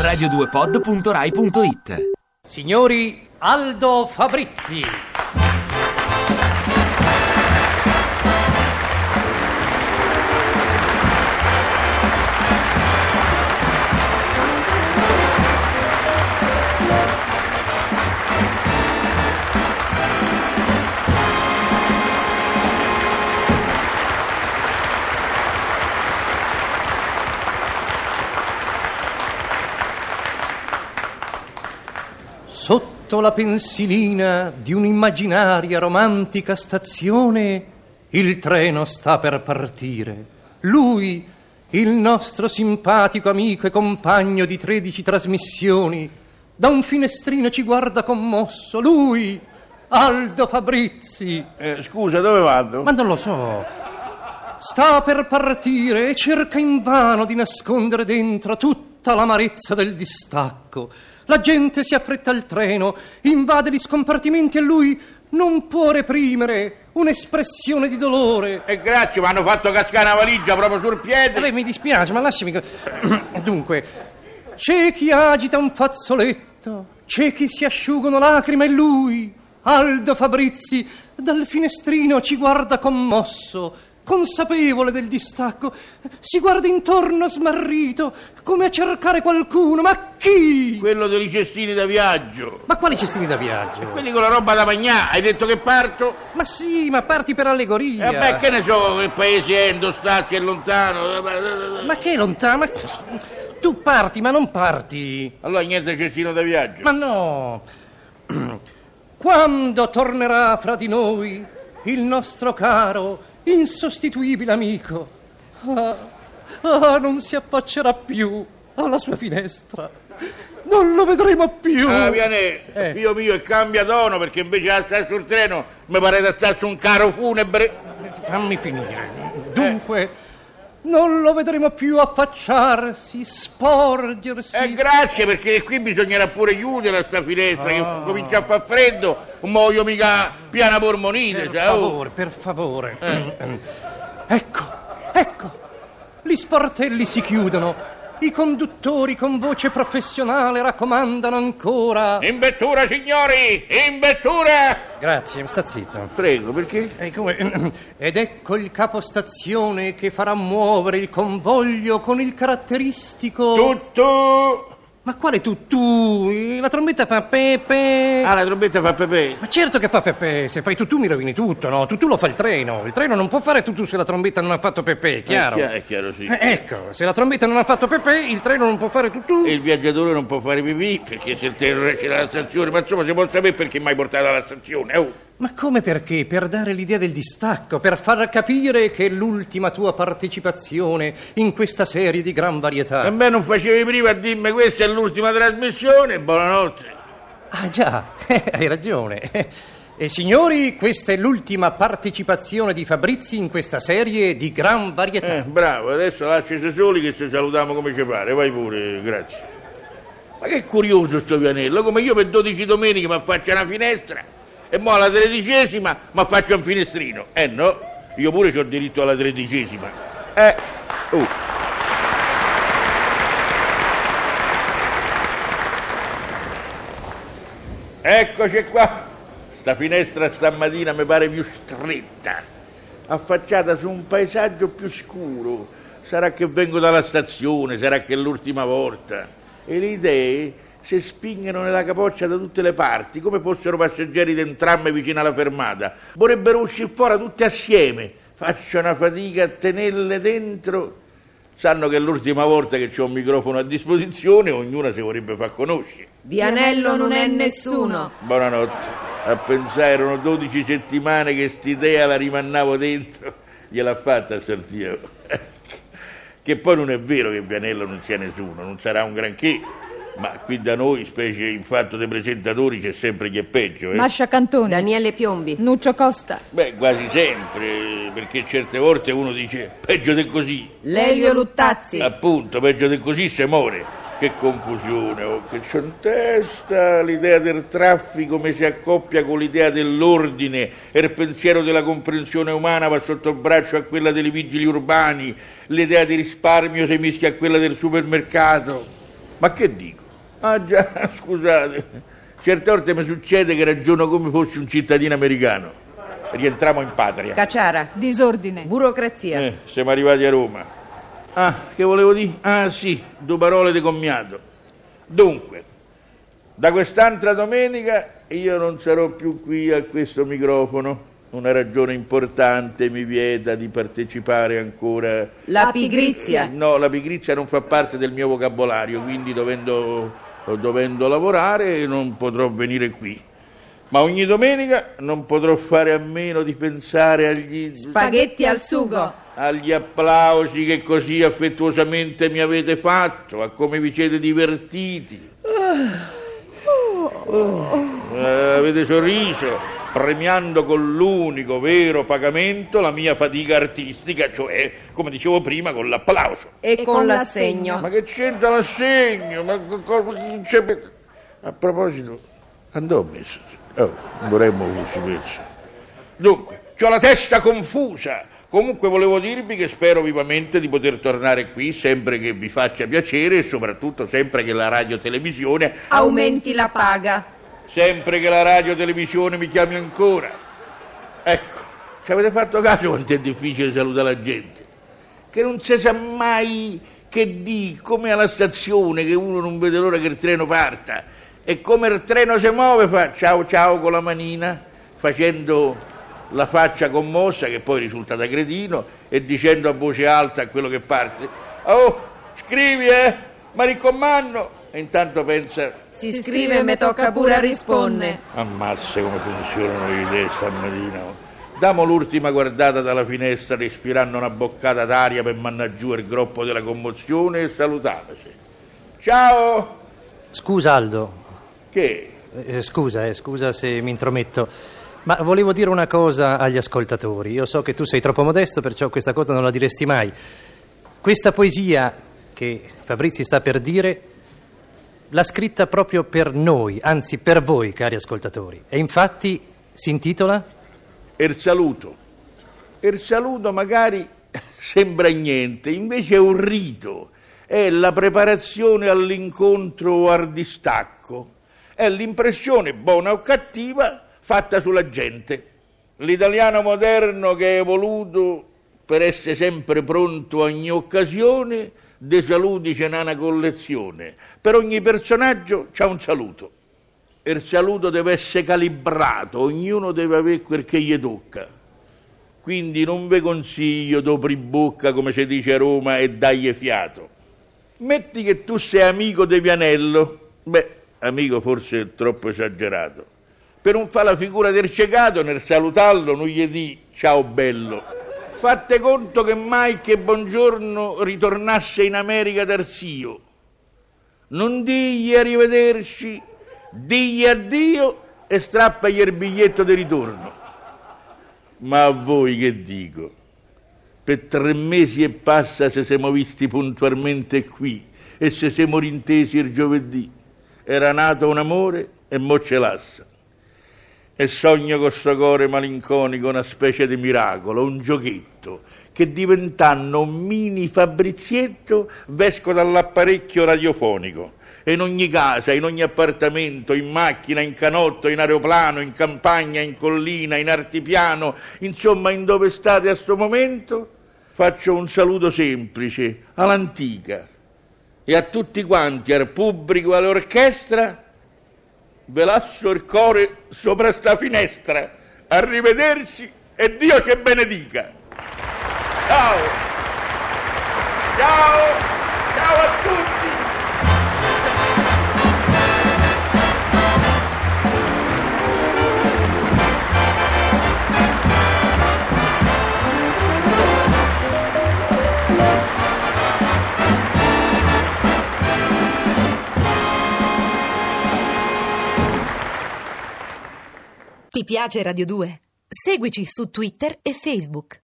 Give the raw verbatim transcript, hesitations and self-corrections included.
radio due pod punto rai punto it. Signori, Aldo Fabrizi. Sotto la pensilina di un'immaginaria romantica stazione, il treno sta per partire. Lui, il nostro simpatico amico e compagno di tredici trasmissioni, da un finestrino ci guarda commosso. Lui, Aldo Fabrizi. Eh, scusa, dove vado? Ma non lo so. Sta per partire e cerca invano di nascondere dentro tutta l'amarezza del distacco. La gente si affretta al treno, invade gli scompartimenti e lui non può reprimere un'espressione di dolore. E grazie, mi hanno fatto cascare una valigia proprio sul piede. Eh beh, mi dispiace, ma lasciami... Dunque, c'è chi agita un fazzoletto, c'è chi si asciugano lacrime e lui, Aldo Fabrizi, dal finestrino ci guarda commosso, consapevole del distacco, si guarda intorno smarrito, come a cercare qualcuno. Ma chi? Quello dei cestini da viaggio. Ma quali cestini da viaggio? Quelli con la roba da mangiare. Hai detto che parto? Ma sì, ma parti per allegoria. E beh, che ne so, che paese è, dove sta, che è lontano. Ma che lontano? Ma... Tu parti, ma non parti. Allora niente cestino da viaggio. Ma no. Quando tornerà fra di noi il nostro caro insostituibile amico? Ah, ah, non si affaccerà più alla sua finestra. Non lo vedremo più. Ah, Vianè, eh. Figlio mio, e cambia tono, perché invece di stare sul treno mi pare da stare su un carro funebre. Fammi finire. Dunque, eh. non lo vedremo più affacciarsi, sporgersi. Eh, grazie, perché qui bisognerà pure chiudere sta finestra, oh. Che comincia a far freddo, un muoio mica piana polmonite. Per favore, oh. per favore. Eh. Ecco, ecco, gli sportelli si chiudono. I conduttori con voce professionale raccomandano ancora: in vettura, signori, in vettura! Grazie, sta zitto. Prego, perché? E come? Ed ecco il capostazione che farà muovere il convoglio con il caratteristico... Tutto! Ma quale tutù? La trombetta fa pepe. Ah, la trombetta fa pepe. Ma certo che fa pepe. Se fai tutù mi rovini tutto, no? Tutù lo fa il treno. Il treno non può fare tutù se la trombetta non ha fatto pepe, è chiaro? È chiaro, è chiaro, sì. Eh, ecco, se la trombetta non ha fatto pepe, il treno non può fare tutù. E il viaggiatore non può fare pipì, perché se il treno esce dalla stazione... Ma insomma, si può sapere perché mi hai portato alla stazione, oh. Ma come perché? Per dare l'idea del distacco, per far capire che è l'ultima tua partecipazione in questa serie di gran varietà. E beh, non facevi prima a dirmi questa è l'ultima trasmissione, buonanotte. Ah già, hai ragione. E signori, questa è l'ultima partecipazione di Fabrizi in questa serie di gran varietà. Eh, bravo, adesso lasciasi soli che se salutiamo come ci pare, vai pure, grazie. Ma che curioso sto Vianello, come io per dodici domeniche mi affaccio una finestra e mo' alla tredicesima mi faccio un finestrino. Eh no, io pure c'ho diritto alla tredicesima. Eh, uh. Eccoci qua. Sta finestra stamattina mi pare più stretta, affacciata su un paesaggio più scuro. Sarà che vengo dalla stazione, sarà che è l'ultima volta. E le idee si spingono nella capoccia da tutte le parti, come fossero passeggeri di entrambe vicino alla fermata. Vorrebbero uscire fuori tutte assieme. Faccio una fatica a tenerle dentro. Sanno che è l'ultima volta che c'ho un microfono a disposizione, ognuna si vorrebbe far conoscere. Vianello non è nessuno. Buonanotte. A pensare, erano dodici settimane che st'idea la rimannavo dentro. Gliel'ha fatta a sortio. Che poi non è vero che Vianello non sia nessuno, non sarà un granché. Ma qui da noi, specie in fatto dei presentatori, c'è sempre chi è peggio, eh? Mascia Cantone, Daniele Piombi, Nuccio Costa. Beh, quasi sempre, perché certe volte uno dice peggio di così. Lelio Luttazzi. Appunto, peggio di così se muore. Che confusione, oh, che c'ho in testa l'idea del traffico come si accoppia con l'idea dell'ordine e il pensiero della comprensione umana va sotto braccio a quella dei vigili urbani, l'idea di risparmio si mischia a quella del supermercato. Ma che dico? Ah già, scusate, certe volte mi succede che ragiono come fossi un cittadino americano. Rientriamo in patria. Cacciara. Disordine. Burocrazia. Eh, siamo arrivati a Roma. Ah, che volevo dire? Ah sì, due parole di commiato. Dunque, da quest'altra domenica io non sarò più qui a questo microfono. Una ragione importante mi vieta di partecipare ancora. La pigrizia. No, la pigrizia non fa parte del mio vocabolario, quindi dovendo, dovendo lavorare non potrò venire qui. Ma ogni domenica non potrò fare a meno di pensare agli spaghetti al sugo, agli applausi che così affettuosamente mi avete fatto, a come vi siete divertiti. Uh, avete sorriso, premiando con l'unico vero pagamento la mia fatica artistica, cioè, come dicevo prima, con l'applauso. E con l'assegno. Ma che c'entra l'assegno? Ma c'è... A proposito, andò messo. Oh, vorremmo così messo. Dunque, c'ho la testa confusa. Comunque volevo dirvi che spero vivamente di poter tornare qui sempre che vi faccia piacere e soprattutto sempre che la radio-televisione aumenti la paga. Sempre che la radio-televisione mi chiami ancora. Ecco, ci avete fatto caso quanto è difficile salutare la gente? Che non si sa mai che di, come alla stazione, che uno non vede l'ora che il treno parta. E come il treno si muove fa ciao ciao con la manina, facendo la faccia commossa, che poi risulta da cretino, e dicendo a voce alta a quello che parte: oh, scrivi, eh, ma ricomando. E intanto pensa: si scrive e me tocca pure a rispondere. Ammazza come funzionano le idee stamattina. Damo l'ultima guardata dalla finestra, respirando una boccata d'aria per mandare giù il groppo della commozione e salutateci. Ciao! Scusa Aldo. Che? Eh, scusa, eh, scusa se mi intrometto, ma volevo dire una cosa agli ascoltatori. Io so che tu sei troppo modesto, perciò questa cosa non la diresti mai. Questa poesia che Fabrizi sta per dire l'ha scritta proprio per noi, anzi per voi, cari ascoltatori. E infatti si intitola? Il saluto. Il saluto magari sembra niente, invece è un rito. È la preparazione all'incontro o al distacco. È l'impressione, buona o cattiva, fatta sulla gente. L'italiano moderno che è evoluto per essere sempre pronto a ogni occasione, dei saluti ce n'ha una collezione. Per ogni personaggio c'ha un saluto. Il saluto deve essere calibrato, ognuno deve avere quel che gli tocca. Quindi non vi consiglio d'opri bocca, come si dice a Roma, e dagli fiato. Metti che tu sei amico di Vianello, beh, amico forse è troppo esagerato. Per non fare la figura del ciecato, nel salutarlo non gli di ciao bello. Fate conto che mai che buongiorno ritornasse in America d'Arsio. Non digli arrivederci, digli addio e strappagli il biglietto di ritorno. Ma a voi che dico? Per tre mesi e passa se siamo visti puntualmente qui e se siamo rintesi il giovedì. Era nato un amore e mo ce l'assa. E sogno con sto cuore malinconico una specie di miracolo, un giochetto, che diventando un mini Fabrizietto vesco dall'apparecchio radiofonico. E in ogni casa, in ogni appartamento, in macchina, in canotto, in aeroplano, in campagna, in collina, in artipiano, insomma in dove state a sto momento, faccio un saluto semplice, all'antica. E a tutti quanti, al pubblico e all'orchestra, ve lascio il cuore sopra sta finestra. Arrivederci e Dio ci benedica. Ciao. Ciao. Ciao a tutti. Ti piace Radio due? Seguici su Twitter e Facebook.